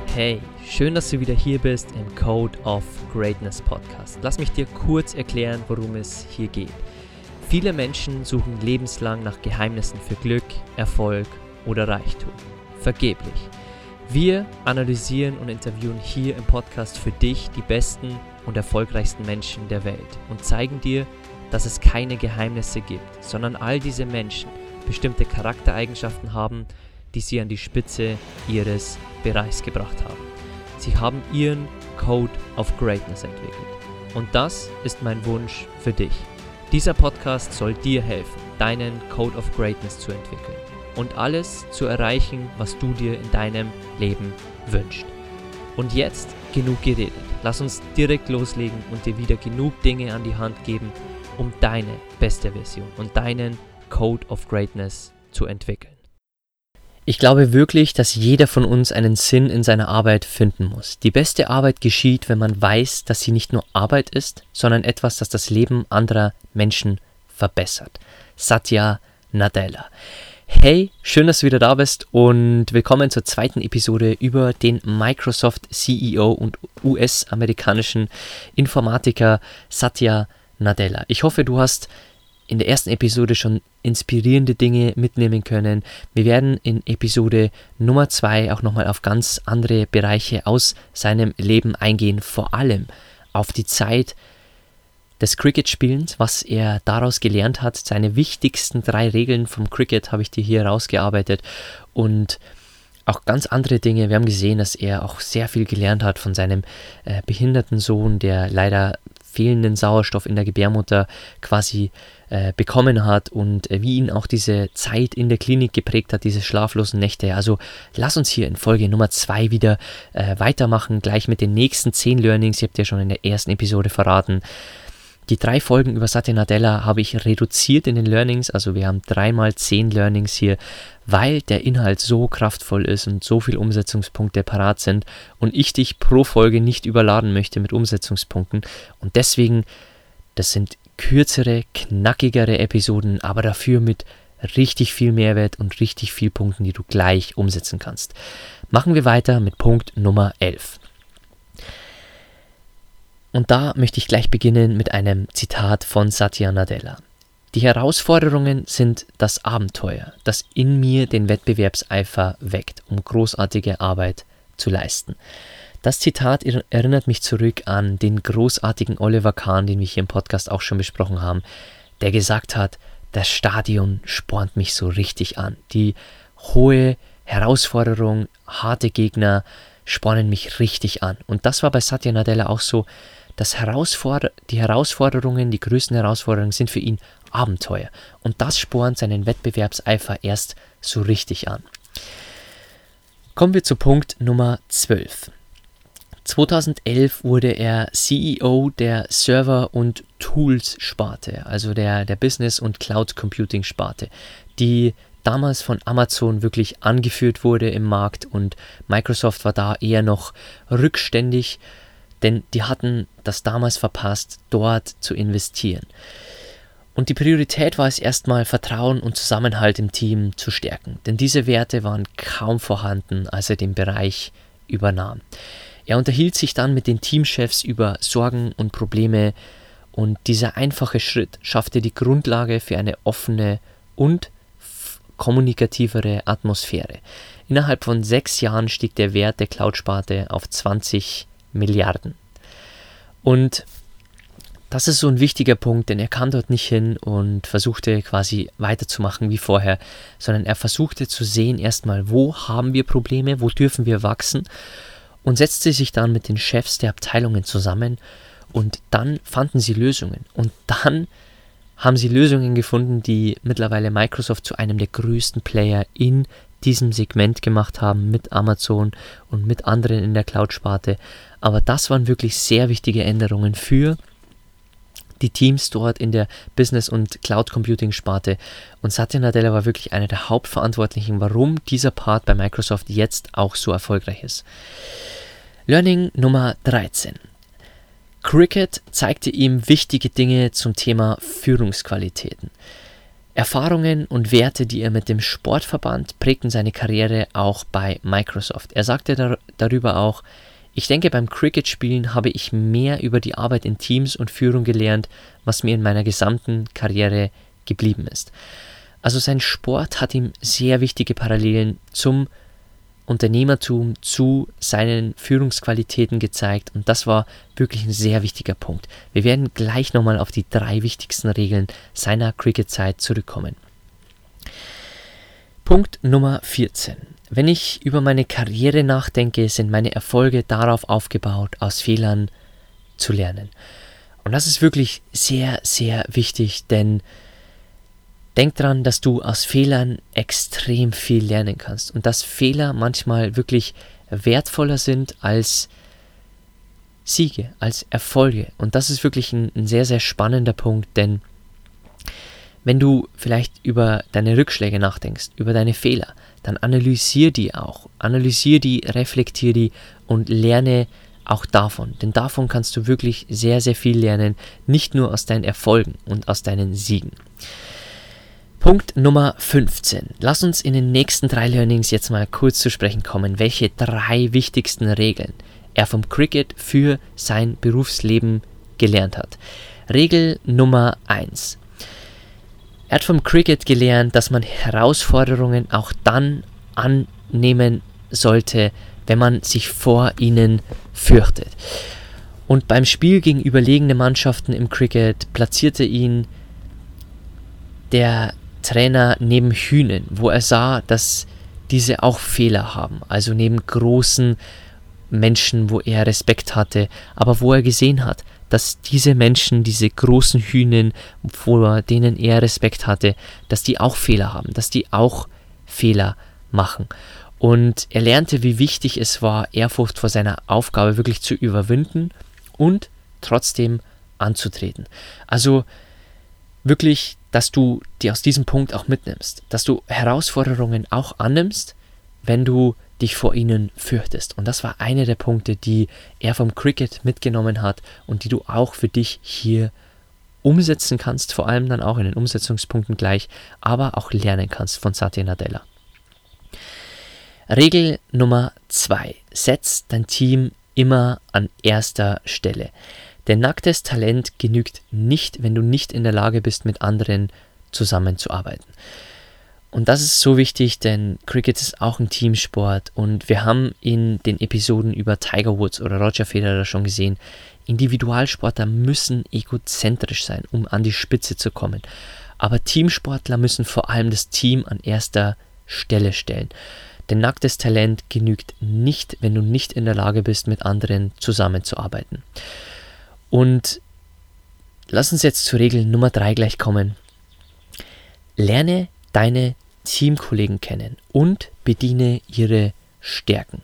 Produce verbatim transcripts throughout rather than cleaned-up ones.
Hey, schön, dass du wieder hier bist im Code of Greatness Podcast. Lass mich dir kurz erklären, worum es hier geht. Viele Menschen suchen lebenslang nach Geheimnissen für Glück, Erfolg oder Reichtum. Vergeblich. Wir analysieren und interviewen hier im Podcast für dich die besten und erfolgreichsten Menschen der Welt und zeigen dir, dass es keine Geheimnisse gibt, sondern all diese Menschen bestimmte Charaktereigenschaften haben, die sie an die Spitze ihres Bereichs gebracht haben. Sie haben ihren Code of Greatness entwickelt. Und das ist mein Wunsch für dich. Dieser Podcast soll dir helfen, deinen Code of Greatness zu entwickeln und alles zu erreichen, was du dir in deinem Leben wünschst. Und jetzt genug geredet. Lass uns direkt loslegen und dir wieder genug Dinge an die Hand geben, um deine beste Version und deinen Code of Greatness zu entwickeln. Ich glaube wirklich, dass jeder von uns einen Sinn in seiner Arbeit finden muss. Die beste Arbeit geschieht, wenn man weiß, dass sie nicht nur Arbeit ist, sondern etwas, das das Leben anderer Menschen verbessert. Satya Nadella. Hey, schön, dass du wieder da bist und willkommen zur zweiten Episode über den Microsoft C E O und U S-amerikanischen Informatiker Satya Nadella. Ich hoffe, du hast in der ersten Episode schon inspirierende Dinge mitnehmen können. Wir werden in Episode Nummer zwei auch nochmal auf ganz andere Bereiche aus seinem Leben eingehen, vor allem auf die Zeit des Cricket-Spielens, was er daraus gelernt hat. Seine wichtigsten drei Regeln vom Cricket habe ich dir hier rausgearbeitet und auch ganz andere Dinge. Wir haben gesehen, dass er auch sehr viel gelernt hat von seinem äh, behinderten Sohn, der leider fehlenden Sauerstoff in der Gebärmutter quasi äh, bekommen hat und äh, wie ihn auch diese Zeit in der Klinik geprägt hat, diese schlaflosen Nächte. Also lass uns hier in Folge Nummer zwei wieder äh, weitermachen, gleich mit den nächsten zehn Learnings. Ich habe dir schon in der ersten Episode verraten. Die drei Folgen über Satya Nadella habe ich reduziert in den Learnings, also wir haben dreimal zehn Learnings hier, weil der Inhalt so kraftvoll ist und so viele Umsetzungspunkte parat sind und ich dich pro Folge nicht überladen möchte mit Umsetzungspunkten und deswegen, das sind kürzere, knackigere Episoden, aber dafür mit richtig viel Mehrwert und richtig viel Punkten, die du gleich umsetzen kannst. Machen wir weiter mit Punkt Nummer elf. Und da möchte ich gleich beginnen mit einem Zitat von Satya Nadella. Die Herausforderungen sind das Abenteuer, das in mir den Wettbewerbseifer weckt, um großartige Arbeit zu leisten. Das Zitat erinnert mich zurück an den großartigen Oliver Kahn, den wir hier im Podcast auch schon besprochen haben, der gesagt hat, das Stadion spornt mich so richtig an. Die hohe Herausforderung, harte Gegner spornen mich richtig an. Und das war bei Satya Nadella auch so. Das Herausforder- die Herausforderungen, die größten Herausforderungen sind für ihn Abenteuer. Und das spornt seinen Wettbewerbseifer erst so richtig an. Kommen wir zu Punkt Nummer zwölf. zweitausendelf wurde er C E O der Server- und Tools-Sparte, also der, der Business- und Cloud-Computing-Sparte, die damals von Amazon wirklich angeführt wurde im Markt und Microsoft war da eher noch rückständig, denn die hatten das damals verpasst, dort zu investieren. Und die Priorität war es erstmal, Vertrauen und Zusammenhalt im Team zu stärken, denn diese Werte waren kaum vorhanden, als er den Bereich übernahm. Er unterhielt sich dann mit den Teamchefs über Sorgen und Probleme und dieser einfache Schritt schaffte die Grundlage für eine offene und kommunikativere Atmosphäre. Innerhalb von sechs Jahren stieg der Wert der Cloud-Sparte auf zwanzig Milliarden. Und das ist so ein wichtiger Punkt, denn er kam dort nicht hin und versuchte quasi weiterzumachen wie vorher, sondern er versuchte zu sehen erstmal, wo haben wir Probleme, wo dürfen wir wachsen und setzte sich dann mit den Chefs der Abteilungen zusammen und dann fanden sie Lösungen und dann haben sie Lösungen gefunden, die mittlerweile Microsoft zu einem der größten Player in diesem Segment gemacht haben mit Amazon und mit anderen in der Cloud-Sparte. Aber das waren wirklich sehr wichtige Änderungen für die Teams dort in der Business- und Cloud-Computing-Sparte. Und Satya Nadella war wirklich einer der Hauptverantwortlichen, warum dieser Part bei Microsoft jetzt auch so erfolgreich ist. Learning Nummer dreizehn. Cricket zeigte ihm wichtige Dinge zum Thema Führungsqualitäten. Erfahrungen und Werte, die er mit dem Sport verband, prägten seine Karriere auch bei Microsoft. Er sagte dar- darüber auch: Ich denke, beim Cricket-Spielen habe ich mehr über die Arbeit in Teams und Führung gelernt, was mir in meiner gesamten Karriere geblieben ist. Also sein Sport hat ihm sehr wichtige Parallelen zum Unternehmertum, zu seinen Führungsqualitäten gezeigt, und das war wirklich ein sehr wichtiger Punkt. Wir werden gleich nochmal auf die drei wichtigsten Regeln seiner Cricket-Zeit zurückkommen. Punkt Nummer vierzehn. Wenn ich über meine Karriere nachdenke, sind meine Erfolge darauf aufgebaut, aus Fehlern zu lernen. Und das ist wirklich sehr, sehr wichtig, denn denk dran, dass du aus Fehlern extrem viel lernen kannst und dass Fehler manchmal wirklich wertvoller sind als Siege, als Erfolge. Und das ist wirklich ein, ein sehr, sehr spannender Punkt, denn wenn du vielleicht über deine Rückschläge nachdenkst, über deine Fehler, dann analysier die auch. Analysier die, reflektier die und lerne auch davon. Denn davon kannst du wirklich sehr, sehr viel lernen, nicht nur aus deinen Erfolgen und aus deinen Siegen. Punkt Nummer fünfzehn. Lass uns in den nächsten drei Learnings jetzt mal kurz zu sprechen kommen, welche drei wichtigsten Regeln er vom Cricket für sein Berufsleben gelernt hat. Regel Nummer eins. Er hat vom Cricket gelernt, dass man Herausforderungen auch dann annehmen sollte, wenn man sich vor ihnen fürchtet. Und beim Spiel gegen überlegene Mannschaften im Cricket platzierte ihn der Trainer neben Hühnern, wo er sah, dass diese auch Fehler haben. Also neben großen Menschen, wo er Respekt hatte, aber wo er gesehen hat, dass diese Menschen, diese großen Hühner, vor denen er Respekt hatte, dass die auch Fehler haben, dass die auch Fehler machen. Und er lernte, wie wichtig es war, Ehrfurcht vor seiner Aufgabe wirklich zu überwinden und trotzdem anzutreten. Also wirklich, dass du dir aus diesem Punkt auch mitnimmst, dass du Herausforderungen auch annimmst, wenn du dich vor ihnen fürchtest. Und das war einer der Punkte, die er vom Cricket mitgenommen hat und die du auch für dich hier umsetzen kannst, vor allem dann auch in den Umsetzungspunkten gleich, aber auch lernen kannst von Satya Nadella. Regel Nummer zwei. Setz dein Team immer an erster Stelle. Denn nacktes Talent genügt nicht, wenn du nicht in der Lage bist, mit anderen zusammenzuarbeiten. Und das ist so wichtig, denn Cricket ist auch ein Teamsport und wir haben in den Episoden über Tiger Woods oder Roger Federer schon gesehen, Individualsportler müssen egozentrisch sein, um an die Spitze zu kommen. Aber Teamsportler müssen vor allem das Team an erster Stelle stellen. Denn nacktes Talent genügt nicht, wenn du nicht in der Lage bist, mit anderen zusammenzuarbeiten. Und lass uns jetzt zur Regel Nummer drei gleich kommen. Lerne deine Teamkollegen kennen und bediene ihre Stärken.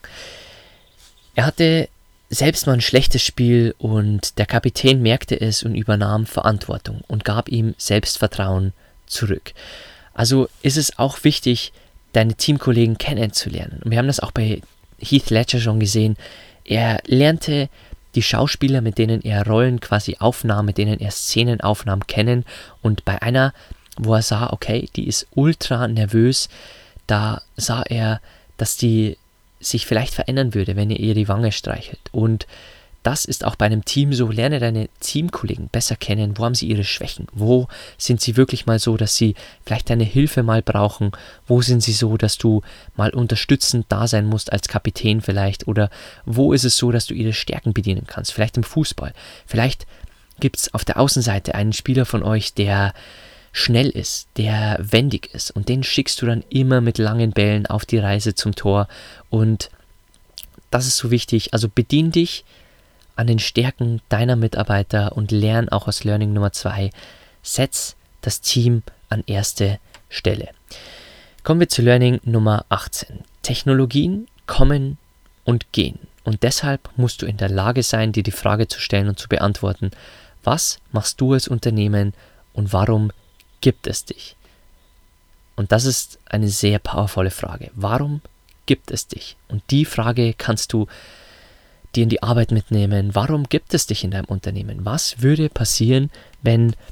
Er hatte selbst mal ein schlechtes Spiel und der Kapitän merkte es und übernahm Verantwortung und gab ihm Selbstvertrauen zurück. Also ist es auch wichtig, deine Teamkollegen kennenzulernen. Und wir haben das auch bei Heath Ledger schon gesehen. Er lernte die Schauspieler, mit denen er Rollen quasi aufnahm, mit denen er Szenen aufnahm, kennen. Und bei einer, wo er sah, okay, die ist ultra nervös, da sah er, dass die sich vielleicht verändern würde, wenn er ihr die Wange streichelt. Und das ist auch bei einem Team so. Lerne deine Teamkollegen besser kennen. Wo haben sie ihre Schwächen? Wo sind sie wirklich mal so, dass sie vielleicht deine Hilfe mal brauchen? Wo sind sie so, dass du mal unterstützend da sein musst als Kapitän vielleicht? Oder wo ist es so, dass du ihre Stärken bedienen kannst? Vielleicht im Fußball. Vielleicht gibt es auf der Außenseite einen Spieler von euch, der schnell ist, der wendig ist. Und den schickst du dann immer mit langen Bällen auf die Reise zum Tor. Und das ist so wichtig. Also bedien dich an den Stärken deiner Mitarbeiter und lern auch aus Learning Nummer zwei. Setz das Team an erste Stelle. Kommen wir zu Learning Nummer achtzehn. Technologien kommen und gehen. Und deshalb musst du in der Lage sein, dir die Frage zu stellen und zu beantworten, was machst du als Unternehmen und warum gibt es dich? Und das ist eine sehr powervolle Frage. Warum gibt es dich? Und die Frage kannst du dir in die Arbeit mitnehmen. Warum gibt es dich in deinem Unternehmen? Was würde passieren, wenn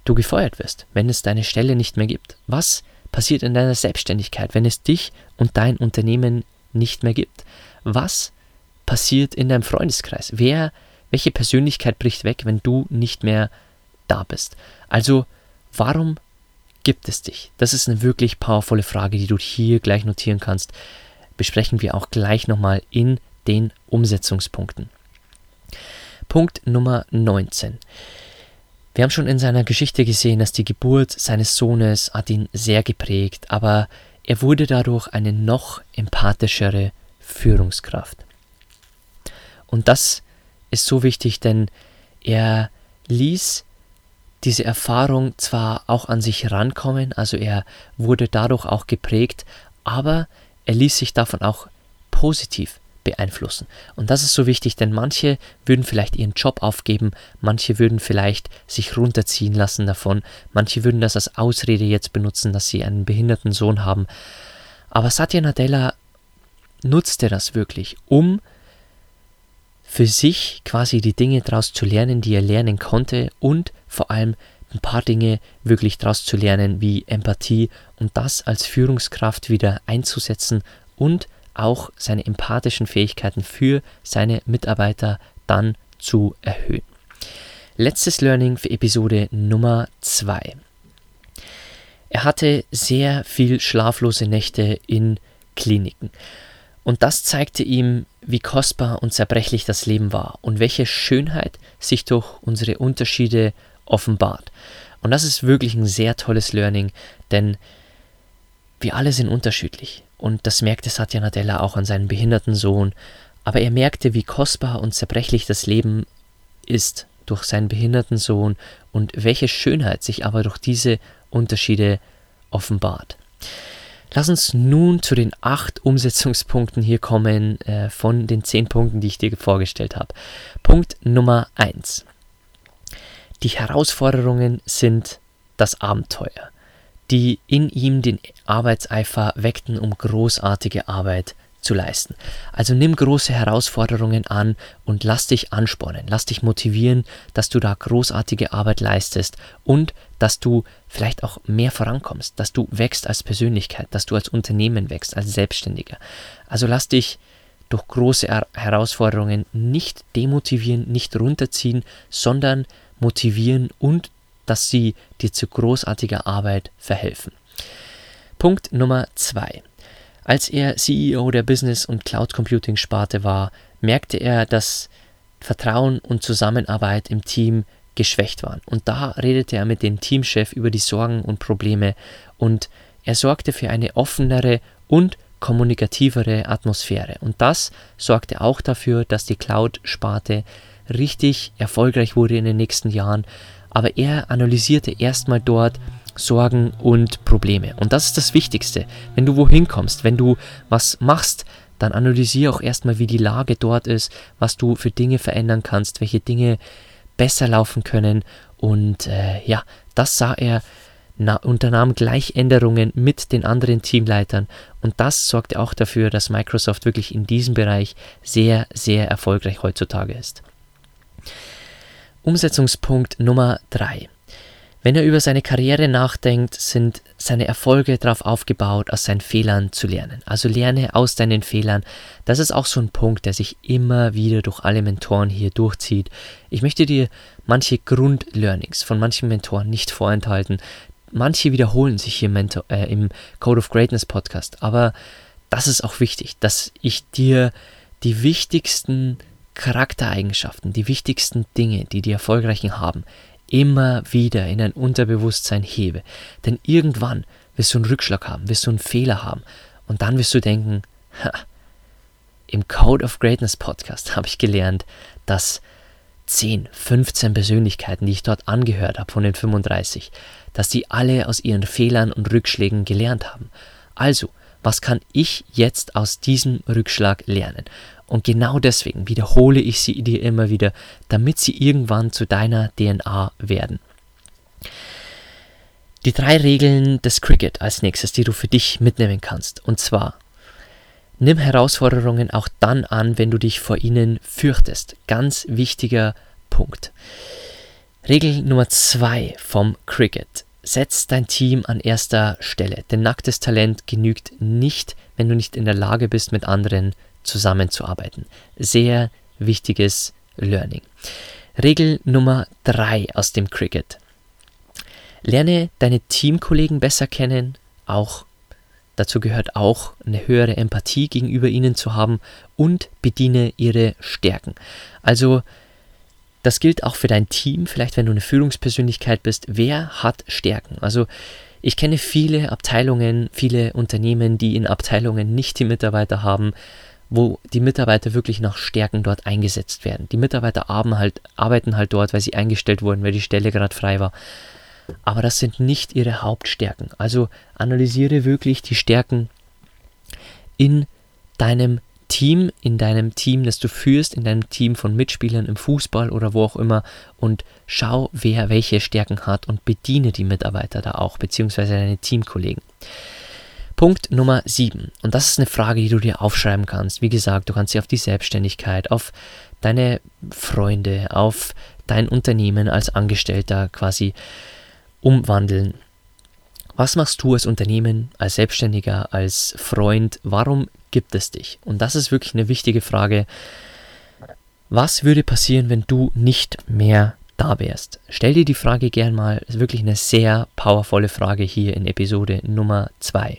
du gefeuert wirst, wenn es deine Stelle nicht mehr gibt? Was passiert in deiner Selbstständigkeit, wenn es dich und dein Unternehmen nicht mehr gibt? Was passiert in deinem Freundeskreis? Wer, welche Persönlichkeit bricht weg, wenn du nicht mehr da bist? Also, warum gibt es dich? Das ist eine wirklich powervolle Frage, die du hier gleich notieren kannst. Besprechen wir auch gleich nochmal in den Umsetzungspunkten. Punkt Nummer neunzehn. Wir haben schon in seiner Geschichte gesehen, dass die Geburt seines Sohnes hat ihn sehr geprägt, aber er wurde dadurch eine noch empathischere Führungskraft. Und das ist so wichtig, denn er ließ diese Erfahrung zwar auch an sich rankommen, also er wurde dadurch auch geprägt, aber er ließ sich davon auch positiv beeinflussen. Und das ist so wichtig, denn manche würden vielleicht ihren Job aufgeben, manche würden vielleicht sich runterziehen lassen davon, manche würden das als Ausrede jetzt benutzen, dass sie einen behinderten Sohn haben. Aber Satya Nadella nutzte das wirklich, um für sich quasi die Dinge daraus zu lernen, die er lernen konnte und vor allem ein paar Dinge wirklich daraus zu lernen, wie Empathie und das als Führungskraft wieder einzusetzen und auch seine empathischen Fähigkeiten für seine Mitarbeiter dann zu erhöhen. Letztes Learning für Episode Nummer zwei. Er hatte sehr viel schlaflose Nächte in Kliniken. Und das zeigte ihm, wie kostbar und zerbrechlich das Leben war und welche Schönheit sich durch unsere Unterschiede offenbart. Und das ist wirklich ein sehr tolles Learning, denn wir alle sind unterschiedlich. Und das merkte Satya Nadella auch an seinem behinderten Sohn. Aber er merkte, wie kostbar und zerbrechlich das Leben ist durch seinen behinderten Sohn und welche Schönheit sich aber durch diese Unterschiede offenbart. Lass uns nun zu den acht Umsetzungspunkten hier kommen äh, von den zehn Punkten, die ich dir vorgestellt habe. Punkt Nummer eins. Die Herausforderungen sind das Abenteuer, die in ihm den Arbeitseifer weckten, um großartige Arbeit zu leisten. Also nimm große Herausforderungen an und lass dich anspornen, lass dich motivieren, dass du da großartige Arbeit leistest und dass du vielleicht auch mehr vorankommst, dass du wächst als Persönlichkeit, dass du als Unternehmen wächst, als Selbstständiger. Also lass dich durch große Herausforderungen nicht demotivieren, nicht runterziehen, sondern motivieren und dass sie dir zu großartiger Arbeit verhelfen. Punkt Nummer zwei. Als er C E O der Business- und Cloud-Computing-Sparte war, merkte er, dass Vertrauen und Zusammenarbeit im Team geschwächt waren. Und da redete er mit dem Teamchef über die Sorgen und Probleme und er sorgte für eine offenere und kommunikativere Atmosphäre. Und das sorgte auch dafür, dass die Cloud-Sparte richtig erfolgreich wurde in den nächsten Jahren. Aber er analysierte erstmal dort Sorgen und Probleme. Und das ist das Wichtigste. Wenn du wohin kommst, wenn du was machst, dann analysiere auch erstmal, wie die Lage dort ist, was du für Dinge verändern kannst, welche Dinge besser laufen können. Und äh, ja, das sah er, na, unternahm gleich Änderungen mit den anderen Teamleitern. Und das sorgte auch dafür, dass Microsoft wirklich in diesem Bereich sehr, sehr erfolgreich heutzutage ist. Umsetzungspunkt Nummer drei. Wenn er über seine Karriere nachdenkt, sind seine Erfolge darauf aufgebaut, aus seinen Fehlern zu lernen. Also lerne aus deinen Fehlern. Das ist auch so ein Punkt, der sich immer wieder durch alle Mentoren hier durchzieht. Ich möchte dir manche Grundlearnings von manchen Mentoren nicht vorenthalten. Manche wiederholen sich hier Mentor, äh, im Code of Greatness Podcast. Aber das ist auch wichtig, dass ich dir die wichtigsten Charaktereigenschaften, die wichtigsten Dinge, die die Erfolgreichen haben, immer wieder in dein Unterbewusstsein hebe. Denn irgendwann wirst du einen Rückschlag haben, wirst du einen Fehler haben und dann wirst du denken, ha, im Code of Greatness Podcast habe ich gelernt, dass zehn, fünfzehn Persönlichkeiten, die ich dort angehört habe von den fünfunddreißig, dass die alle aus ihren Fehlern und Rückschlägen gelernt haben. Also, was kann ich jetzt aus diesem Rückschlag lernen? Und genau deswegen wiederhole ich sie dir immer wieder, damit sie irgendwann zu deiner D N A werden. Die drei Regeln des Cricket als nächstes, die du für dich mitnehmen kannst. Und zwar, nimm Herausforderungen auch dann an, wenn du dich vor ihnen fürchtest. Ganz wichtiger Punkt. Regel Nummer zwei vom Cricket. Setz dein Team an erster Stelle, denn nacktes Talent genügt nicht, wenn du nicht in der Lage bist, mit anderen zusammenzuarbeiten. Sehr wichtiges Learning. Regel Nummer drei aus dem Cricket. Lerne deine Teamkollegen besser kennen, auch dazu gehört auch eine höhere Empathie gegenüber ihnen zu haben und bediene ihre Stärken. Also das gilt auch für dein Team, vielleicht wenn du eine Führungspersönlichkeit bist. Wer hat Stärken? Also ich kenne viele Abteilungen, viele Unternehmen, die in Abteilungen nicht die Mitarbeiter haben, wo die Mitarbeiter wirklich nach Stärken dort eingesetzt werden. Die Mitarbeiter arbeiten halt, arbeiten halt dort, weil sie eingestellt wurden, weil die Stelle gerade frei war. Aber das sind nicht ihre Hauptstärken. Also analysiere wirklich die Stärken in deinem Team, in deinem Team, das du führst, in deinem Team von Mitspielern im Fußball oder wo auch immer und schau, wer welche Stärken hat und bediene die Mitarbeiter da auch, beziehungsweise deine Teamkollegen. Punkt Nummer sieben. Und das ist eine Frage, die du dir aufschreiben kannst. Wie gesagt, du kannst sie auf die Selbstständigkeit, auf deine Freunde, auf dein Unternehmen als Angestellter quasi umwandeln. Was machst du als Unternehmen, als Selbstständiger, als Freund? Warum gibt es dich? Und das ist wirklich eine wichtige Frage. Was würde passieren, wenn du nicht mehr da wärst? Stell dir die Frage gern mal. Das ist wirklich eine sehr powervolle Frage hier in Episode Nummer zwei.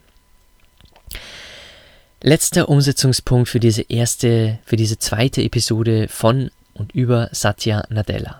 Letzter Umsetzungspunkt für diese erste, für diese zweite Episode von und über Satya Nadella.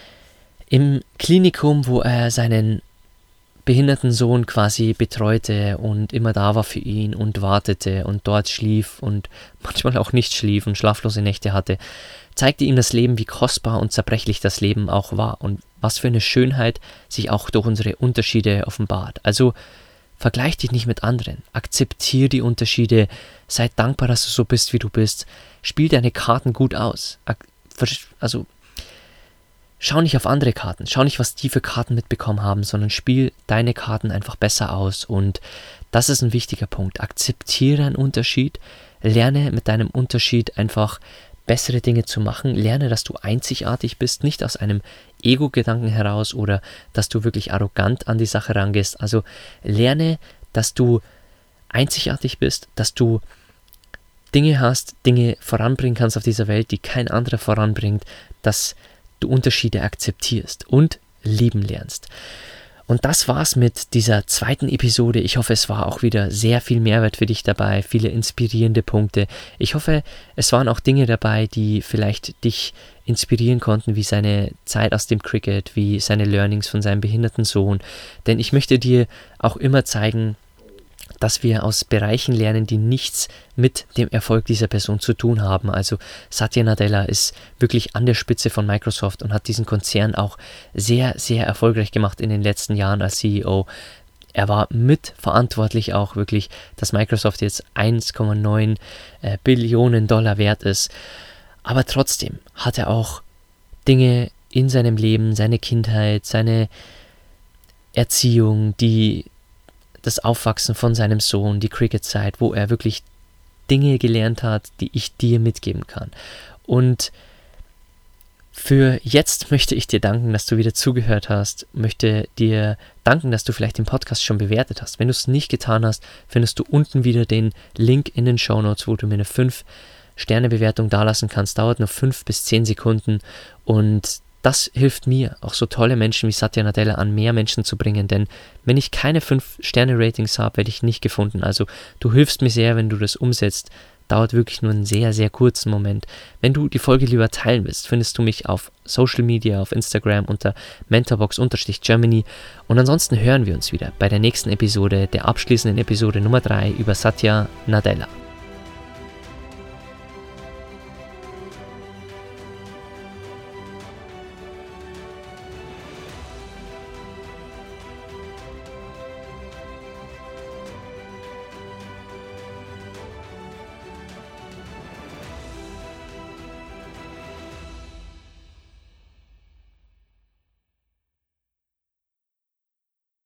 Im Klinikum, wo er seinen behinderten Sohn quasi betreute und immer da war für ihn und wartete und dort schlief und manchmal auch nicht schlief und schlaflose Nächte hatte, zeigte ihm das Leben, wie kostbar und zerbrechlich das Leben auch war und was für eine Schönheit sich auch durch unsere Unterschiede offenbart. Also vergleich dich nicht mit anderen, akzeptiere die Unterschiede, sei dankbar, dass du so bist, wie du bist, spiel deine Karten gut aus. Also schau nicht auf andere Karten, schau nicht, was die für Karten mitbekommen haben, sondern spiel deine Karten einfach besser aus. Und das ist ein wichtiger Punkt. Akzeptiere einen Unterschied, lerne mit deinem Unterschied einfach bessere Dinge zu machen, lerne, dass du einzigartig bist, nicht aus einem Ego-Gedanken heraus oder dass du wirklich arrogant an die Sache rangehst. Also lerne, dass du einzigartig bist, dass du Dinge hast, Dinge voranbringen kannst auf dieser Welt, die kein anderer voranbringt, dass du Unterschiede akzeptierst und lieben lernst. Und das war's mit dieser zweiten Episode. Ich hoffe, es war auch wieder sehr viel Mehrwert für dich dabei, viele inspirierende Punkte. Ich hoffe, es waren auch Dinge dabei, die vielleicht dich inspirieren konnten, wie seine Zeit aus dem Cricket, wie seine Learnings von seinem behinderten Sohn. Denn ich möchte dir auch immer zeigen, dass wir aus Bereichen lernen, die nichts mit dem Erfolg dieser Person zu tun haben. Also Satya Nadella ist wirklich an der Spitze von Microsoft und hat diesen Konzern auch sehr, sehr erfolgreich gemacht in den letzten Jahren als C E O. Er war mitverantwortlich auch wirklich, dass Microsoft jetzt eins Komma neun äh, Billionen Dollar wert ist. Aber trotzdem hat er auch Dinge in seinem Leben, seine Kindheit, seine Erziehung, die das Aufwachsen von seinem Sohn, die Cricket-Zeit, wo er wirklich Dinge gelernt hat, die ich dir mitgeben kann. Und für jetzt möchte ich dir danken, dass du wieder zugehört hast, möchte dir danken, dass du vielleicht den Podcast schon bewertet hast. Wenn du es nicht getan hast, findest du unten wieder den Link in den Shownotes, wo du mir eine fünf Sterne Bewertung dalassen kannst. Dauert nur fünf bis zehn Sekunden und das hilft mir, auch so tolle Menschen wie Satya Nadella an mehr Menschen zu bringen, denn wenn ich keine fünf Sterne Ratings habe, werde ich nicht gefunden. Also du hilfst mir sehr, wenn du das umsetzt. Dauert wirklich nur einen sehr, sehr kurzen Moment. Wenn du die Folge lieber teilen willst, findest du mich auf Social Media, auf Instagram unter mentorbox-Germany. Und ansonsten hören wir uns wieder bei der nächsten Episode, der abschließenden Episode Nummer drei über Satya Nadella.